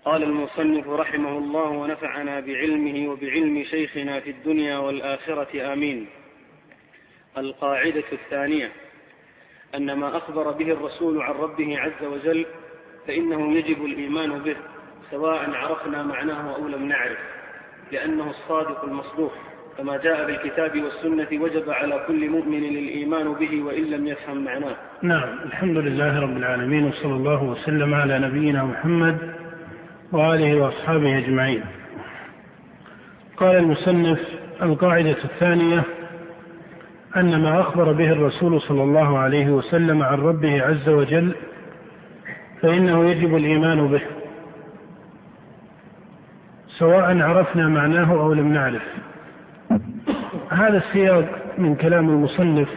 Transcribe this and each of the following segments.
قال المصنف رحمه الله ونفعنا بعلمه وبعلم شيخنا في الدنيا والآخرة آمين. القاعدة الثانية: أن ما أخبر به الرسول عن ربه عز وجل فإنه يجب الإيمان به سواء عرفنا معناه أو لم نعرف، لأنه الصادق المصدوق، كما جاء بالكتاب والسنة وجب على كل مؤمن الإيمان به وإن لم يفهم معناه. نعم، الحمد لله رب العالمين، وصلى الله وسلم على نبينا محمد وآله وأصحابه أجمعين. قال المصنف: القاعدة الثانية: أن ما أخبر به الرسول صلى الله عليه وسلم عن ربه عز وجل فإنه يجب الإيمان به سواء عرفنا معناه أو لم نعرف. هذا السياق من كلام المصنف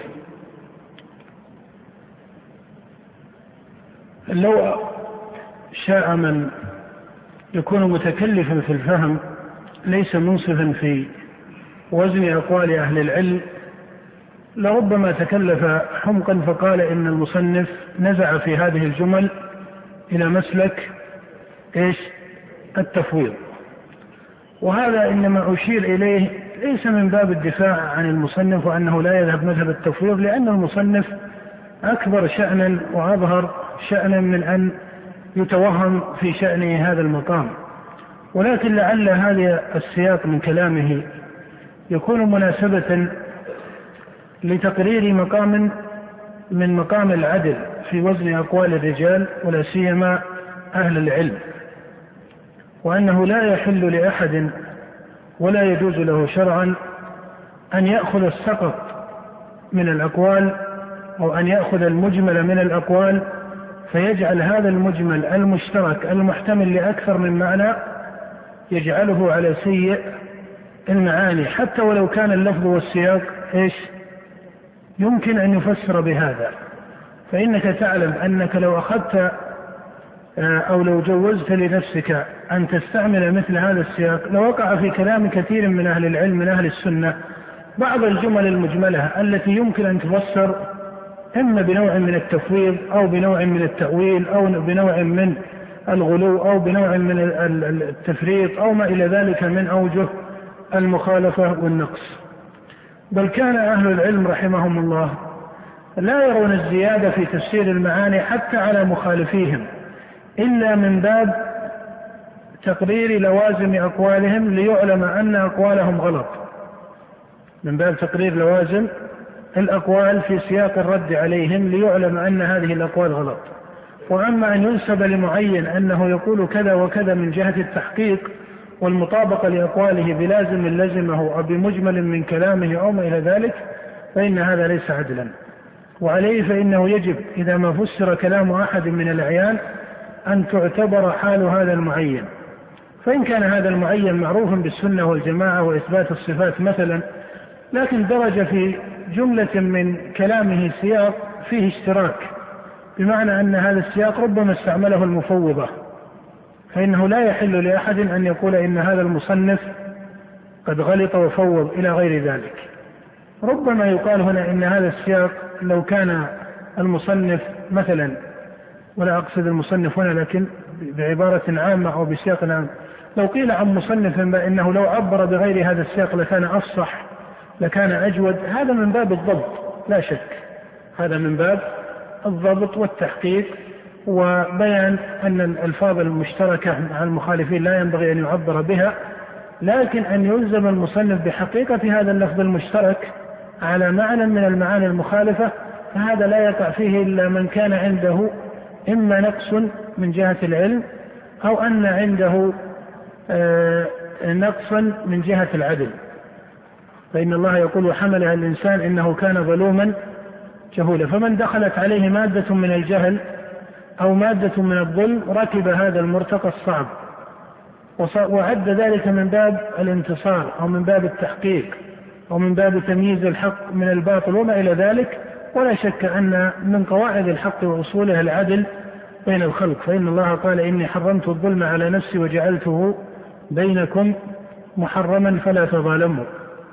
لو شاء من يكون متكلفا في الفهم ليس منصفا في وزن أقوال أهل العلم لربما تكلف حمقا فقال إن المصنف نزع في هذه الجمل إلى مسلك التفويض، وهذا إنما أشير إليه ليس من باب الدفاع عن المصنف وأنه لا يذهب مذهب التفويض، لأن المصنف أكبر شأنا وأظهر شأنا من أن يتوهم في شأنه هذا المقام، ولكن لعل هذا السياق من كلامه يكون مناسبة لتقرير مقام من مقام العدل في وزن أقوال الرجال ولا سيما أهل العلم، وأنه لا يحل لأحد ولا يجوز له شرعا أن يأخذ السقط من الأقوال أو أن يأخذ المجمل من الأقوال فيجعل هذا المجمل المشترك المحتمل لأكثر من معنى يجعله على سيء المعاني، حتى ولو كان اللفظ والسياق يمكن أن يفسر بهذا. فإنك تعلم أنك لو أخذت أو لو جوزت لنفسك أن تستعمل مثل هذا السياق لوقع في كلام كثير من أهل العلم من أهل السنة بعض الجمل المجملة التي يمكن أن تفسر إما بنوع من التفويض أو بنوع من التأويل أو بنوع من الغلو أو بنوع من التفريط أو ما إلى ذلك من أوجه المخالفة والنقص. بل كان أهل العلم رحمهم الله لا يرون الزيادة في تفسير المعاني حتى على مخالفيهم إلا من باب تقرير لوازم أقوالهم ليعلم أن أقوالهم غلط، من باب تقرير لوازم الأقوال في سياق الرد عليهم ليعلم أن هذه الأقوال غلط. وأما أن ينسب لمعين أنه يقول كذا وكذا من جهة التحقيق والمطابقة لأقواله بلازم لزمه أو بمجمل من كلامه أو ما إلى ذلك فإن هذا ليس عدلا، وعليه فإنه يجب إذا ما فسر كلام أحد من الأعيان أن تعتبر حال هذا المعين، فإن كان هذا المعين معروفا بالسنة والجماعة وإثبات الصفات مثلا، لكن درج في جملة من كلامه سياق فيه اشتراك، بمعنى أن هذا السياق ربما استعمله المفوضة، فإنه لا يحل لأحد أن يقول إن هذا المصنف قد غلط وفوض إلى غير ذلك. ربما يقال هنا إن هذا السياق لو كان المصنف مثلا، ولا أقصد المصنف هنا لكن بعبارة عامة أو بسياق عام، لو قيل عن مصنف إنه لو عبر بغير هذا السياق لكان أفصح لكان أجود، هذا من باب الضبط لا شك، هذا من باب الضبط والتحقيق وبيان أن الألفاظ المشتركة مع المخالفين لا ينبغي أن يعبر بها، لكن أن يلزم المصنف بحقيقة هذا اللفظ المشترك على معنى من المعاني المخالفة فهذا لا يقع فيه إلا من كان عنده إما نقص من جهة العلم أو أن عنده نقصا من جهة العدل. فإن الله يقول وحملها الإنسان إنه كان ظلوما جهولا، فمن دخلت عليه مادة من الجهل أو مادة من الظلم ركب هذا المرتقى الصعب، وعد ذلك من باب الانتصار أو من باب التحقيق أو من باب تمييز الحق من الباطل وما إلى ذلك. ولا شك أن من قواعد الحق وأصولها العدل بين الخلق، فإن الله قال إني حرمت الظلم على نفسي وجعلته بينكم محرما فلا تظالموا.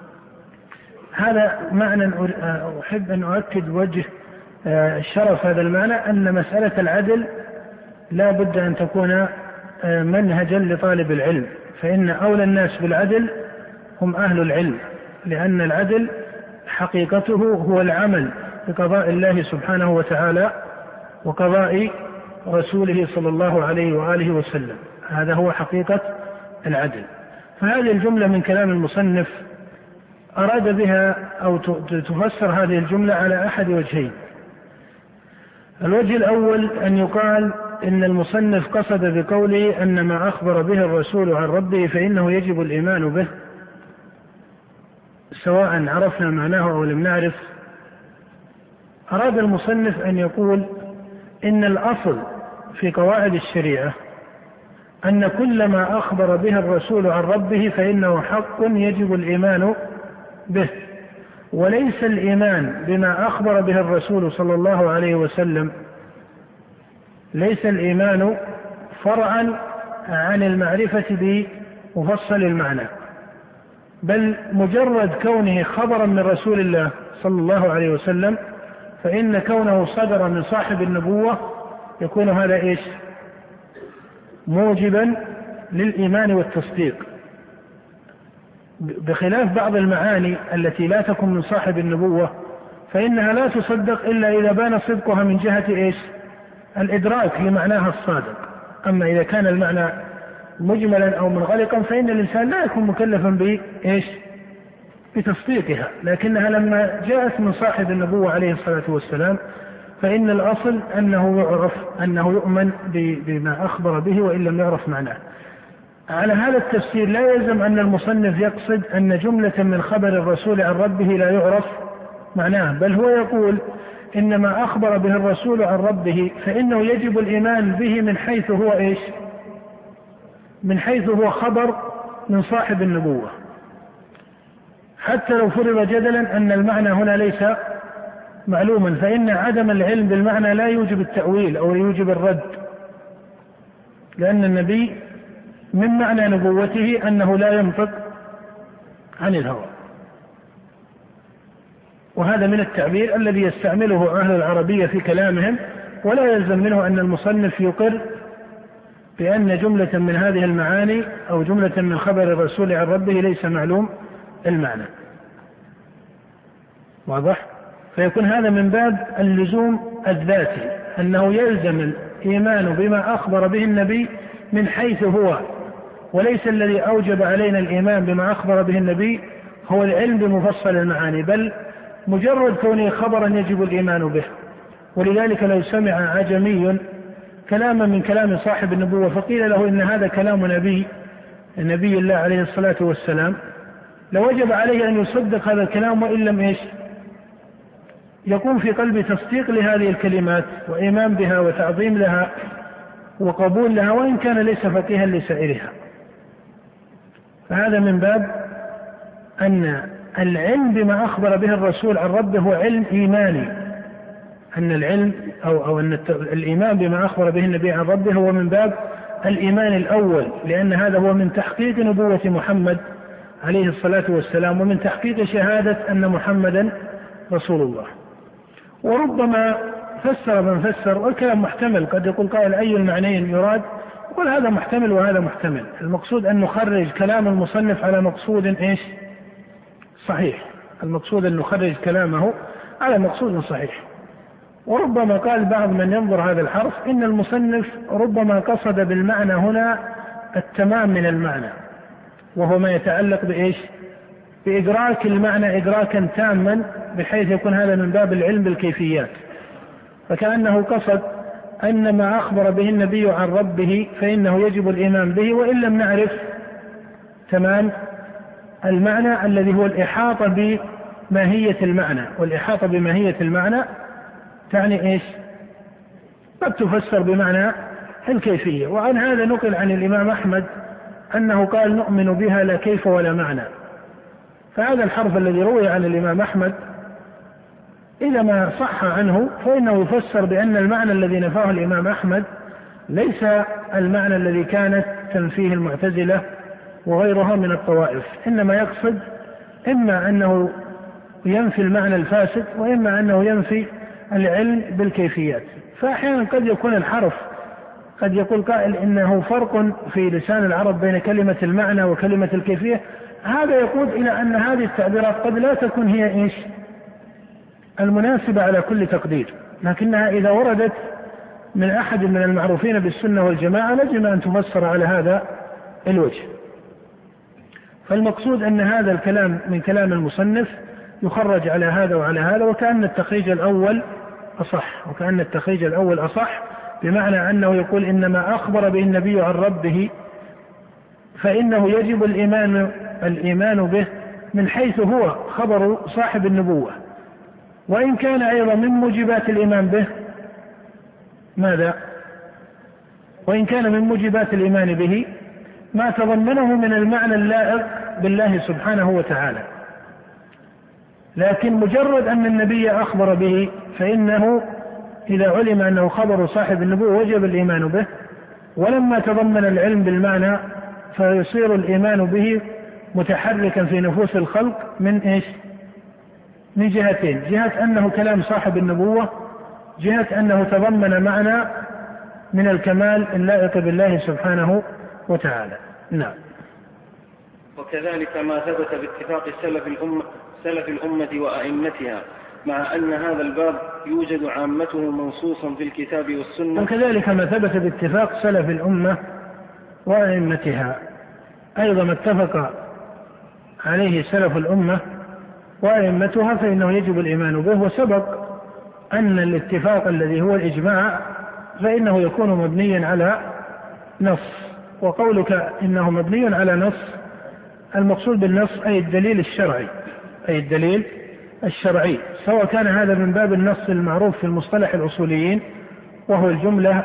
هذا معنى أحب أن أؤكد وجه شرف هذا المعنى، أن مسألة العدل لا بد أن تكون منهجا لطالب العلم، فإن أولى الناس بالعدل هم أهل العلم، لأن العدل حقيقته هو العمل بقضاء الله سبحانه وتعالى وقضاء رسوله صلى الله عليه وآله وسلم، هذا هو حقيقة العدل. فهذه الجملة من كلام المصنف أراد بها أو تفسر هذه الجملة على أحد وجهين. الوجه الأول أن يقال إن المصنف قصد بقوله أن ما أخبر به الرسول عن ربه فإنه يجب الإيمان به، سواء عرفنا معناه أو لم نعرف. أراد المصنف أن يقول إن الأصل في قواعد الشريعة أن كل ما أخبر به الرسول عن ربه فإنه حق يجب الإيمان به، وليس الإيمان بما أخبر به الرسول صلى الله عليه وسلم، ليس الإيمان فرعا عن المعرفة بمفصل المعنى، بل مجرد كونه خبرا من رسول الله صلى الله عليه وسلم فإن كونه صدر من صاحب النبوة يكون هذا إيش؟ موجبا للإيمان والتصديق، بخلاف بعض المعاني التي لا تكون من صاحب النبوة فإنها لا تصدق إلا إذا بان صدقها من جهة إيش؟ الإدراك لمعناها الصادق. أما إذا كان المعنى مجملا أو منغلقا فإن الإنسان لا يكون مكلفا بإيش؟ بتصديقها، لكنها لما جاءت من صاحب النبوة عليه الصلاة والسلام فإن الأصل أنه يعرف، أنه يؤمن بما أخبر به وإن لم يعرف معناه. على هذا التفسير لا يلزم أن المصنف يقصد أن جملة من خبر الرسول عن ربه لا يعرف معناه، بل هو يقول إنما أخبر به الرسول عن ربه فإنه يجب الإيمان به من حيث هو إيش؟ من حيث هو خبر من صاحب النبوة، حتى لو فرض جدلا أن المعنى هنا ليس معلوما، فإن عدم العلم بالمعنى لا يوجب التأويل أو يوجب الرد، لأن النبي من معنى نبوته أنه لا ينطق عن الهوى، وهذا من التعبير الذي يستعمله أهل العربية في كلامهم، ولا يلزم منه أن المصنف يقر بأن جملة من هذه المعاني أو جملة من خبر الرسول عن ربه ليس معلوم المعنى. واضح؟ فيكون هذا من باب اللزوم الذاتي، أنه يلزم الإيمان بما أخبر به النبي من حيث هو، وليس الذي أوجب علينا الإيمان بما أخبر به النبي هو العلم بمفصل المعاني، بل مجرد كونه خبرا يجب الإيمان به. ولذلك لو سمع عجمي كلاما من كلام صاحب النبوة فقيل له إن هذا كلام نبي الله عليه الصلاة والسلام، لوجب عليه أن يصدق هذا الكلام، وإن لم إيش؟ يكون في قلب تصديق لهذه الكلمات وإيمان بها وتعظيم لها وقبول لها، وإن كان ليس فقيها لسائرها. فهذا من باب أن العلم بما أخبر به الرسول عن ربه هو علم إيماني، أن العلم أو أن الإيمان بما أخبر به النبي عن ربه هو من باب الإيمان الأول، لأن هذا هو من تحقيق نبوة محمد عليه الصلاة والسلام، ومن تحقيق شهادة أن محمدا رسول الله. وربما فسر من فسر، والكلام محتمل، قد يقول قائل أي المعنيين يراد، يقول هذا محتمل وهذا محتمل. المقصود أن نخرج كلام المصنف على مقصود إيش؟ صحيح. المقصود أن نخرج كلامه على مقصود صحيح. وربما قال بعض من ينظر هذا الحرف إن المصنف ربما قصد بالمعنى هنا التمام من المعنى، وهو ما يتعلق بإيش؟ بإدراك المعنى إدراكا تاما، بحيث يكون هذا من باب العلم بالكيفيات. فكأنه قصد أن ما أخبر به النبي عن ربه فإنه يجب الإيمان به، وإن لم نعرف تمام المعنى الذي هو الإحاطة بماهية المعنى. والإحاطة بماهية المعنى تعني إيش؟ قد تفسر بمعنى الكيفية. وعن هذا نقل عن الإمام أحمد أنه قال نؤمن بها لا كيف ولا معنى. فهذا الحرف الذي روي عن الإمام أحمد إذا ما صح عنه فإنه يفسر بأن المعنى الذي نفاه الإمام أحمد ليس المعنى الذي كانت تنفيه المعتزلة وغيرها من الطوائف، إنما يقصد إما أنه ينفي المعنى الفاسد، وإما أنه ينفي العلم بالكيفيات. فأحيانا قد يكون الحرف قد يقول قائل إنه فرق في لسان العرب بين كلمة المعنى وكلمة الكيفية، هذا يقود إلى أن هذه التعبيرات قد لا تكون هي إيش المناسبة على كل تقدير، لكنها إذا وردت من أحد من المعروفين بالسنة والجماعة لازم أن تفسر على هذا الوجه. فالمقصود أن هذا الكلام من كلام المصنف يخرج على هذا وعلى هذا، وكأن التخريج الأول أصح، بمعنى أنه يقول إنما أخبر به النبي عن ربه فإنه يجب الإيمان به من حيث هو خبر صاحب النبوة، وإن كان أيضا من موجبات الإيمان به ماذا؟ وإن كان من موجبات الإيمان به ما تضمنه من المعنى اللائق بالله سبحانه وتعالى، لكن مجرد أن النبي أخبر به فإنه إذا علم أنه خبر صاحب النبوة وجب الإيمان به، ولما تضمن العلم بالمعنى فيصير الإيمان به متحركا في نفوس الخلق من إيش؟ من جهتين: جهة أنه كلام صاحب النبوة، جهة أنه تضمن معنى من الكمال اللائق بالله سبحانه وتعالى. نعم. وكذلك ما ثبت باتفاق سلف الأمة وأئمتها، مع أن هذا الباب يوجد عامته منصوصا في الكتاب والسنة. وكذلك ما ثبت باتفاق سلف الأمة وأئمتها، أيضا ما اتفق عليه سلف الأمة وأئمتها فإنه يجب الإيمان به. وسبق أن الاتفاق الذي هو الإجماع فإنه يكون مبنيا على نص، وقولك إنه مبني على نص المقصود بالنص أي الدليل الشرعي، سواء كان هذا من باب النص المعروف في المصطلح الأصوليين وهو الجملة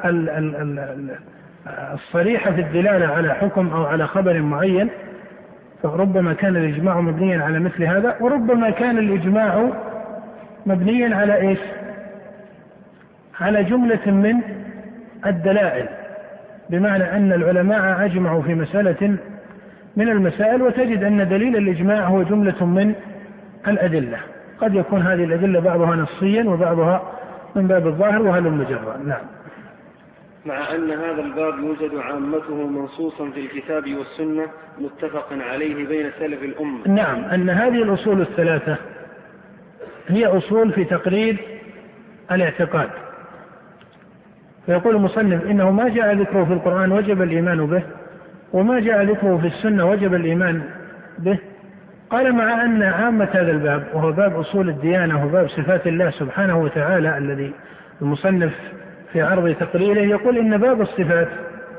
الصريحة في الدلالة على حكم أو على خبر معين، فربما كان الإجماع مبنيا على مثل هذا، وربما كان الإجماع مبنيا على إيش؟ على جملة من الدلائل، بمعنى أن العلماء أجمعوا في مسألة من المسائل وتجد أن دليل الإجماع هو جملة من الأدلة، قد يكون هذه الأدلة بعضها نصيا وبعضها من باب الظاهر وهل المجرى. نعم. مع أن هذا الباب يوجد عامته منصوصا في الكتاب والسنة متفق عليه بين سلف الأمة. نعم، أن هذه الأصول الثلاثة هي أصول في تقرير الاعتقاد. فيقول المصنف إنه ما جاء ذكره في القرآن وجب الإيمان به، وما جاء ذكره في السنة وجب الإيمان به. قال مع أن عامة هذا الباب وهو باب أصول الديانة وباب صفات الله سبحانه وتعالى الذي المصنف في عرض تقريره يقول إن باب الصفات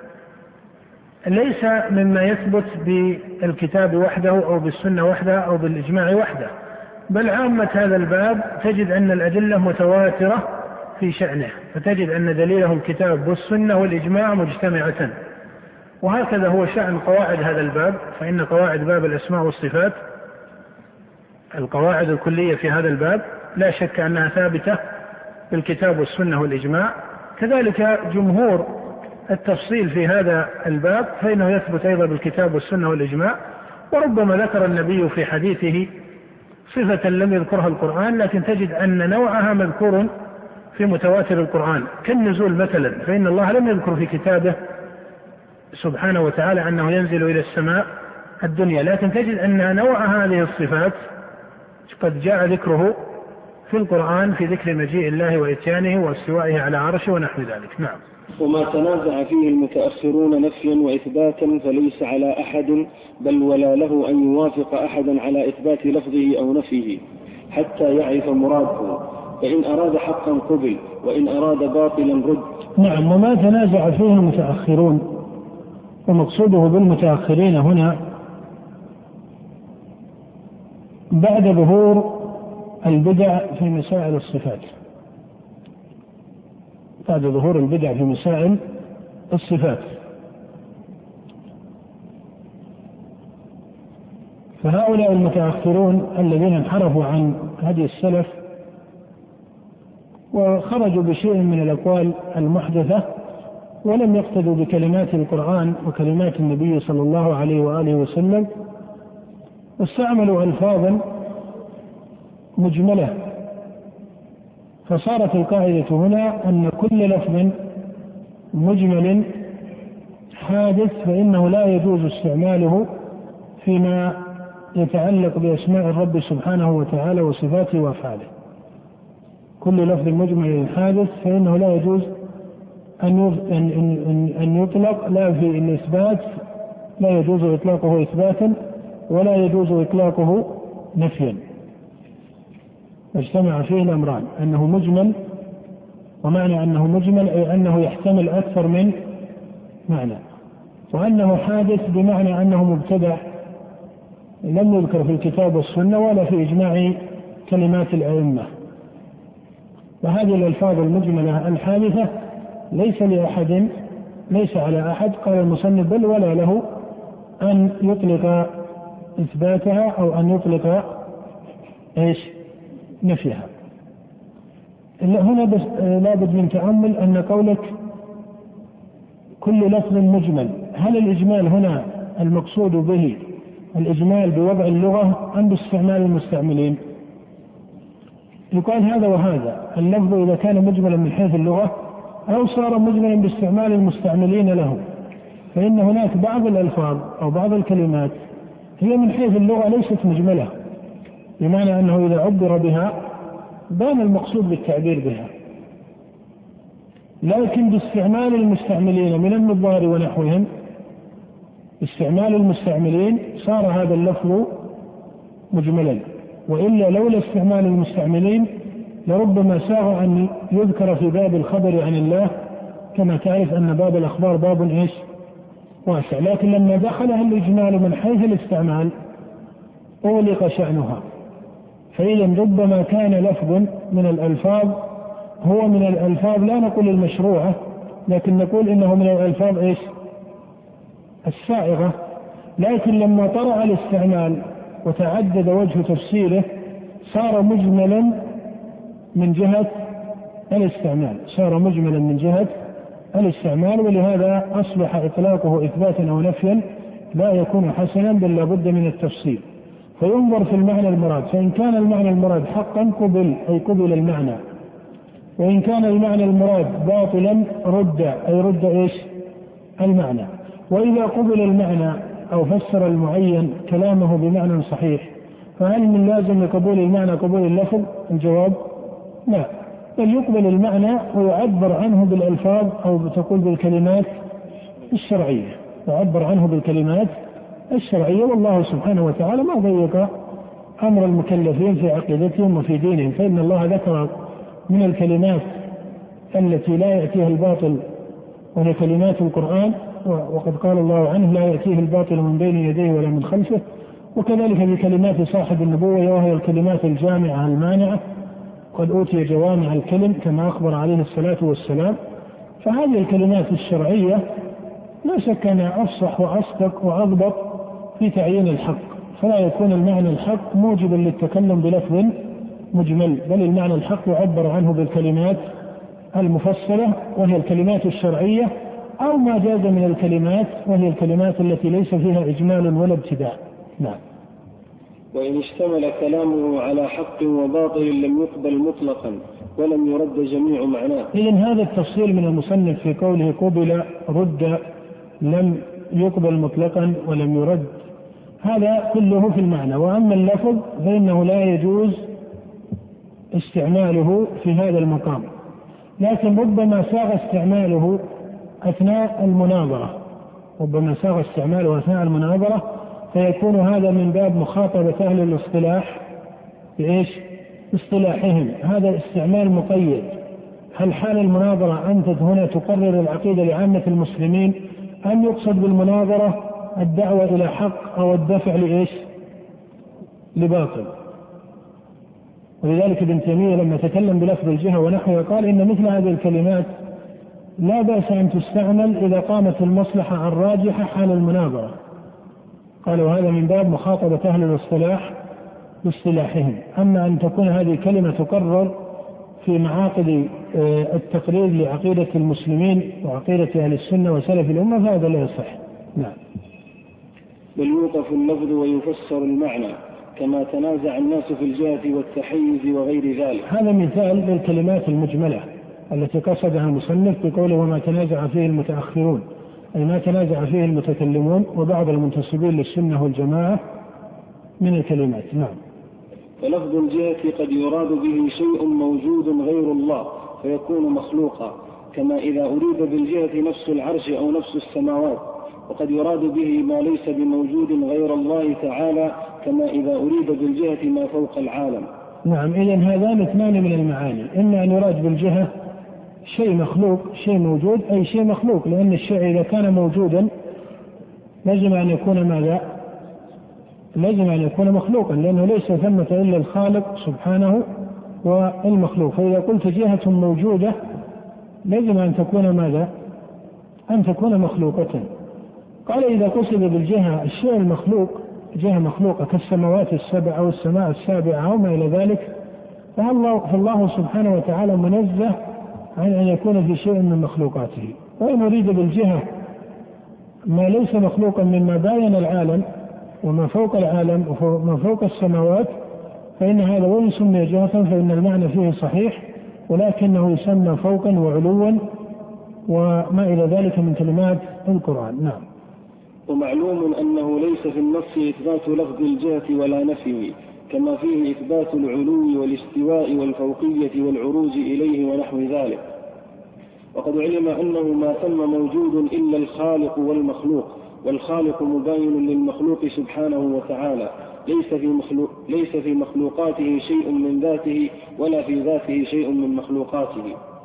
ليس مما يثبت بالكتاب وحده أو بالسنة وحده أو بالإجماع وحده، بل عامة هذا الباب تجد أن الأدلة متواترة في شأنه، فتجد أن دليله الكتاب والسنة والإجماع مجتمعة. وهكذا هو شأن قواعد هذا الباب، فإن قواعد باب الأسماء والصفات القواعد الكلية في هذا الباب لا شك أنها ثابتة بالكتاب والسنة والإجماع، كذلك جمهور التفصيل في هذا الباب فإنه يثبت أيضا بالكتاب والسنة والإجماع. وربما ذكر النبي في حديثه صفة لم يذكرها القرآن، لكن تجد أن نوعها مذكور في متواتر القرآن، كالنزول مثلا، فإن الله لم يذكر في كتابه سبحانه وتعالى أنه ينزل إلى السماء الدنيا، لكن تجد أن نوع هذه الصفات قد جاء ذكره في القرآن في ذكر مجيء الله وإتيانه واستوائه على عرشه ونحو ذلك. نعم. وما تنازع فيه المتأخرون نفيا وإثباتا فليس على أحد بل ولا له أن يوافق أحدا على إثبات لفظه أو نفيه حتى يعرف مراده، فإن أراد حقا قبل وإن أراد باطلا رد. نعم. وما تنازع فيه المتأخرون، ومقصوده بالمتأخرين هنا بعد ظهور البدع في مسائل الصفات، بعد ظهور البدع في مسائل الصفات، فهؤلاء المتأخرون الذين انحرفوا عن هدي السلف وخرجوا بشيء من الأقوال المحدثة ولم يقتدوا بكلمات القرآن وكلمات النبي صلى الله عليه وآله وسلم، واستعملوا ألفاظا مجملة، فصارت القاعدة هنا أن كل لفظ مجمل حادث فإنه لا يجوز استعماله فيما يتعلق بأسماء الرب سبحانه وتعالى وصفاته وأفعاله. كل لفظ مجمل حادث فإنه لا يجوز أن يطلق لا في الإثبات، لا يجوز إطلاقه إثباتا ولا يجوز إطلاقه نفيا. اجتمع فيه الأمران، أنه مجمل، ومعنى أنه مجمل أي أنه يحتمل أكثر من معنى، وأنه حادث بمعنى أنه مبتدع لم يذكر في الكتاب والسنة ولا في إجماع كلمات الأئمة. وهذه الألفاظ المجملة الحادثة ليس لأحد، ليس على أحد قال المصنف بل ولا له أن يطلق إثباتها أو أن يطلق نفيها. هنا بس لابد من تأمل أن قولك كل لفظ مجمل، هل الإجمال هنا المقصود به الإجمال بوضع اللغة أم باستعمال المستعملين؟ يقال هذا وهذا، اللفظ إذا كان مجملا من حيث اللغة أو صار مجملا باستعمال المستعملين له، فإن هناك بعض الألفاظ أو بعض الكلمات هي من حيث اللغة ليست مجملة، بمعنى أنه إذا عبر بها بان المقصود بالتعبير بها، لكن باستعمال المستعملين من النظار ونحوهم، استعمال المستعملين صار هذا اللفظ مجملا، وإلا لولا استعمال المستعملين لربما ساغ أن يذكر في باب الخبر عن الله، كما تعرف أن باب الأخبار باب واسع، لكن لما دخلها الإجمال من حيث الاستعمال أغلق شأنها. فإذا ربما كان لفظ من الألفاظ هو من الألفاظ لا نقول المشروعة، لكن نقول إنه من الألفاظ السائغة، لكن لما طرأ الاستعمال وتعدد وجه تفسيره صار مجملا من جهة الاستعمال، صار مجملا من جهة الاستعمال، ولهذا أصبح إطلاقه إثباتا أو نفيا لا يكون حسنا بل لابد من التفصيل، فينظر في المعنى المراد، فإن كان المعنى المراد حقا قبل أي قبل المعنى، وإن كان المعنى المراد باطلا رد أي رد المعنى. وإذا قبل المعنى أو فسر المعين كلامه بمعنى صحيح، فهل من لازم لقبول المعنى قبول اللفظ؟ الجواب لا، بل يقبل المعنى ويعبر عنه بالألفاظ أو تقول بالكلمات الشرعية، يعبر عنه بالكلمات الشرعية. والله سبحانه وتعالى ما ضيق أمر المكلفين في عقيدتهم وفي دينهم، فإن الله ذكر من الكلمات التي لا يأتيها الباطل وهي كلمات القرآن، وقد قال الله عنه لا يأتيه الباطل من بين يديه ولا من خلفه، وكذلك بكلمات صاحب النبوة وهي الكلمات الجامعة المانعة، قد أوتي جوامع الكلم كما أخبر عليه الصلاة والسلام. فهذه الكلمات الشرعية لا شك أنها أفصح وأصدق وأضبط في تعيين الحق، فلا يكون المعنى الحق موجبا للتكلم بلفظ مجمل، بل المعنى الحق يعبر عنه بالكلمات المفصلة وهي الكلمات الشرعية، أو ما جاز من الكلمات وهي الكلمات التي ليس فيها إجمال ولا ابتداء. نعم. وإن اشتمل كلامه على حق وباطل لم يقبل مطلقا ولم يرد جميع معناه. إذن هذا التفصيل من المصنف في قوله قبل رد لم يقبل مطلقا ولم يرد، هذا كله في المعنى. وأما اللفظ فإنه لا يجوز استعماله في هذا المقام، لكن ربما ساغ استعماله أثناء المناظرة، ربما ساغ استعماله أثناء المناظرة، فيكون هذا من باب مخاطبة أهل الاصطلاح باصطلاحهم، هذا استعمال مقيد. هل حال المناظرة أنت هنا تقرر العقيدة لعامة المسلمين، أم يقصد بالمناظرة الدعوة إلى حق أو الدفع لباطل؟ ولذلك ابن تيمية لما تكلم بلفظ الجهة ونحوه قال إن مثل هذه الكلمات لا بأس أن تستعمل إذا قامت المصلحة الراجحة حال المناظرة، قال وهذا من باب مخاطبة أهل الاصطلاح باصطلاحهم. أما أن تكون هذه كلمة تقرر في معاقد التقرير لعقيدة المسلمين وعقيدة أهل السنة وسلف الأمة فهذا لا يصح. نعم. بل يوقف اللفظ ويفسر المعنى كما تنازع الناس في الجهة والتحيز وغير ذلك. هذا مثال للكلمات المجملة، التي قصدها المصنف بقوله وما تنازع فيه المتأخرون، أي ما تنازع فيه المتكلمون وبعض المنتسبين للسنة والجماعة من الكلمات. نعم. فلفظ الجهة قد يراد به شيء موجود غير الله فيكون مخلوقا، كما إذا أريد بالجهة نفس العرش أو نفس السماوات، وقد يراد به ما ليس بموجود غير الله تعالى، كما إذا أريد بالجهة ما فوق العالم. نعم. إذن هذان اثنان من المعاني، إما أن يراد بالجهة شيء مخلوق شيء موجود، أي شيء مخلوق، لأن الشيء إذا كان موجودا لازم أن يكون ماذا؟ لازم أن يكون مخلوقا، لأنه ليس ثمة إلا الخالق سبحانه والمخلوق. فإذا قلت جهة موجودة لازم أن تكون ماذا؟ أن تكون مخلوقة. قال إذا قصد بالجهة الشيء المخلوق جهة مخلوقة كالسماوات السبع أو السماء السابعة أو ما إلى ذلك، فالله سبحانه وتعالى منزه عن أن يكون في شيء من مخلوقاته. وإن أريد بالجهة ما ليس مخلوقا مما باين العالم وما فوق العالم وما فوق السماوات، فإن هذا وإن سمي جهة فإن المعنى فيه صحيح، ولكنه يسمى فوقا وعلوا وما إلى ذلك من كلمات القرآن. نعم. ومعلوم أنه ليس في النص إثبات لفظ الجهة ولا نفيه، كما فيه إثبات العلو والاستواء والفوقية والعروج إليه ونحو ذلك. وقد علم أنه ما ثم موجود إلا الخالق والمخلوق، والخالق مباين للمخلوق سبحانه وتعالى، ليس في مخلوقاته شيء من ذاته ولا في ذاته شيء من مخلوقاته.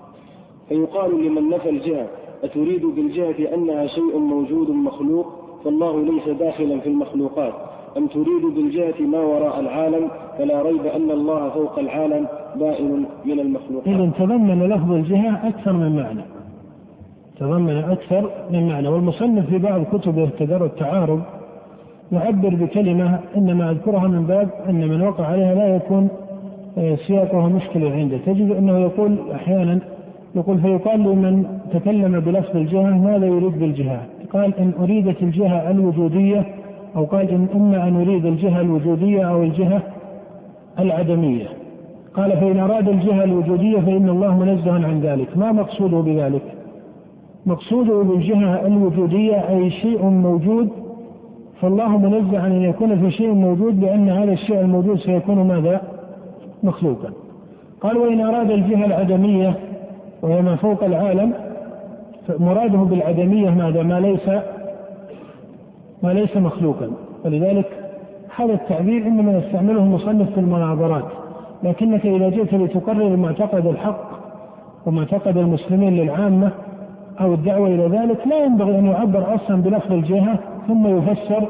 فيقال لمن نفى الجهة أتريد بالجهة أنها شيء موجود مخلوق، فالله ليس داخلا في المخلوقات، أم تريد بالجهة ما وراء العالم، فلا ريب أن الله فوق العالم بائن من المخلوقات. إذن تضمن لفظ الجهة أكثر من معنى، تضمن أكثر من معنى. والمصنف في بعض كتبه تدرج التعارض يعبر بكلمة إنما أذكرها من باب أن من وقع عليها لا يكون سياقها مشكلة عنده. تجد أنه يقول أحيانا فيقال لمن تكلم بلفظ الجهة ماذا يريد بالجهة؟ قال إن أريدت الجهة الوجودية، أو قال إن إما أن أريد الجهة الوجودية أو الجهة العدمية. قال فإن أراد الجهة الوجودية فإن الله منزه عن ذلك. ما مقصوده بذلك؟ مقصوده بالجهة الوجودية أي شيء موجود، فالله منزه عن أن يكون في شيء موجود، لأن هذا الشيء الموجود سيكون ماذا؟ مخلوقا. قال وإن أراد الجهة العدمية وهي ما فوق العالم، مراده بالعدمية ماذا؟ ما ليس مخلوقا. ولذلك هذا التعبير إنما يستعمله المصنف في المناظرات، لكنك إذا جئت لتقرر معتقد الحق ومعتقد المسلمين للعامة أو الدعوة إلى ذلك لا ينبغي أن يعبر أصلا بلفظ الجهة ثم يفسر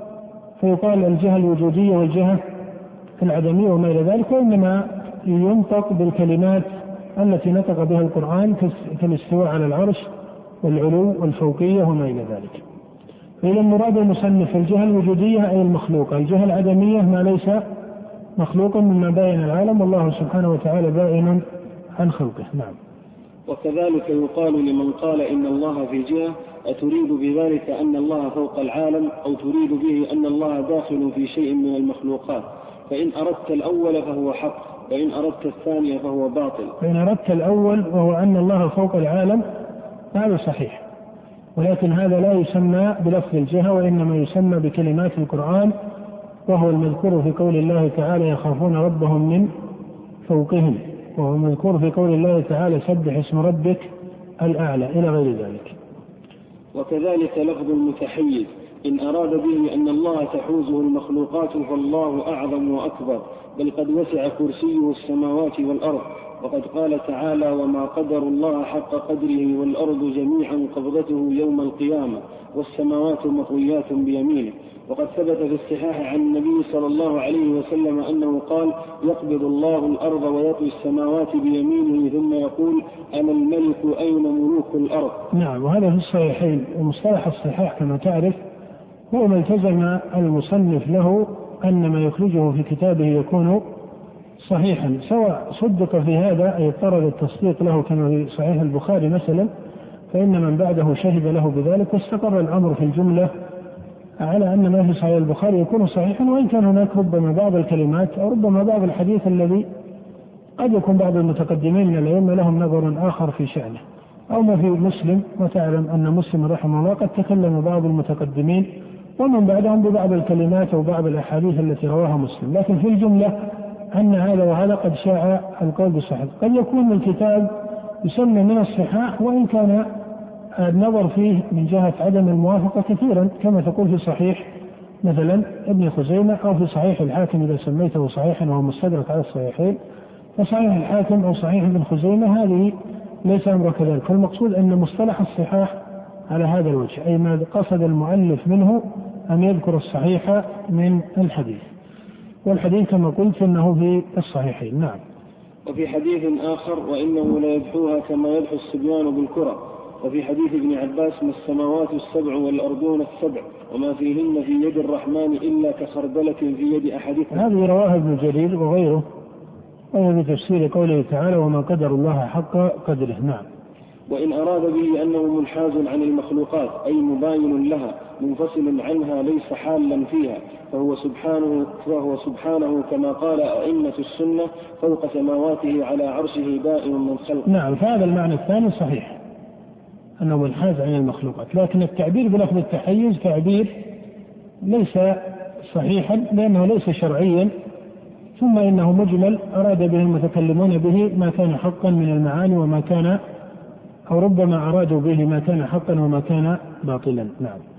فيقال الجهة الوجودية والجهة العدمية وما إلى ذلك، وإنما ينطق بالكلمات التي نطق بها القرآن كالاستواء على العرش والعلو والفوقية وما إلى ذلك. فإذا مراد المصنف الجهة الوجودية أي المخلوقة، الجهة العدمية ما ليس مخلوقا مما باين العالم، والله سبحانه وتعالى بائن عن خلقه. نعم. وكذلك يقال لمن قال إن الله في جهة أتريد بذلك أن الله فوق العالم، أو تريد به أن الله داخل في شيء من المخلوقات، فإن أردت الأول فهو حق، وإن أردت الثاني فهو باطل. فإن أردت الأول وهو أن الله فوق العالم هذا صحيح، ولكن هذا لا يسمى بلفظ الجهة، وإنما يسمى بكلمات القرآن، وهو المذكور في قول الله تعالى يخافون ربهم من فوقهم، وهو المذكور في قول الله تعالى سبح اسم ربك الأعلى إلى غير ذلك. وكذلك لفظ المتحيز إن أراد به أن الله تحوزه المخلوقات فالله أعظم وأكبر، بل قد وسع كرسيه السماوات والأرض، وقد قال تعالى وما قدر الله حق قدره والأرض جميعا قبضته يوم القيامة والسماوات مطويات بيمينه. وقد ثبت في الصحاح عن النبي صلى الله عليه وسلم أنه قال يقبض الله الأرض ويطوي السماوات بيمينه ثم يقول أنا الملك أين ملوك الأرض. نعم. وهذا في الصحيحين. ومصطلح الصحاح كما تعرف هو ما التزم المصنف له أن ما يخرجه في كتابه يكون صحيحا، سواء صدق في هذا أي اضطرد التصديق له كما في صحيح البخاري مثلا، فإن من بعده شهد له بذلك، واستقر الأمر في الجملة على أن ما في صحيح البخاري يكون صحيحا، وإن كان هناك ربما بعض الكلمات أو ربما بعض الحديث الذي قد يكون بعض المتقدمين من الأئمة لهم نظر آخر في شأنه، أو ما في مسلم، وتعلم أن مسلم رحمه الله قد تكلم بعض المتقدمين ومن بعدهم ببعض الكلمات أو بعض الأحاديث التي رواها مسلم، لكن في الجملة أن هذا وهذا قد شاع القول بالصحة. قد يكون الكتاب يسمى من الصحاح وإن كان النظر فيه من جهة عدم الموافقة كثيرا، كما تقول في صحيح مثلا ابن خزيمة أو في صحيح الحاكم إذا سميته صحيحا وهو مستدرك على الصحيحين، فصحيح الحاكم أو صحيح ابن خزيمة هذه ليس أمر كذلك. فالمقصود أن مصطلح الصحاح على هذا الوجه، أي ما قصد المؤلف منه أن يذكر الصحيح من الحديث، والحديث كما قلت أنه في الصحيحين. نعم. وفي حديث آخر وإنه لا يدحوها كما يدحو الصبيان بالكرة. وفي حديث ابن عباس ما السماوات السبع والأرضون السبع وما فيهن في يد الرحمن إلا كخردلة في يد أحدكم. هذه رواها ابن جرير وغيره، وهو بتفسير قوله تعالى وما قدر الله حق قدره. نعم. وإن أراد به أنه منحاز عن المخلوقات أي مباين لها منفصل عنها ليس حالا فيها، فهو سبحانه كما قال أئمة السنة فوق سماواته على عرشه بائن من خلقه. نعم، فهذا المعنى الثاني صحيح أنه منحاز عن المخلوقات، لكن التعبير بلفظ التحيز تعبير ليس صحيحا لأنه ليس شرعيا، ثم إنه مجمل أراد به المتكلمون به ما كان حقا من المعاني وما كان، أو ربما أرادوا به ما كان حقا وما كان باطلا. نعم.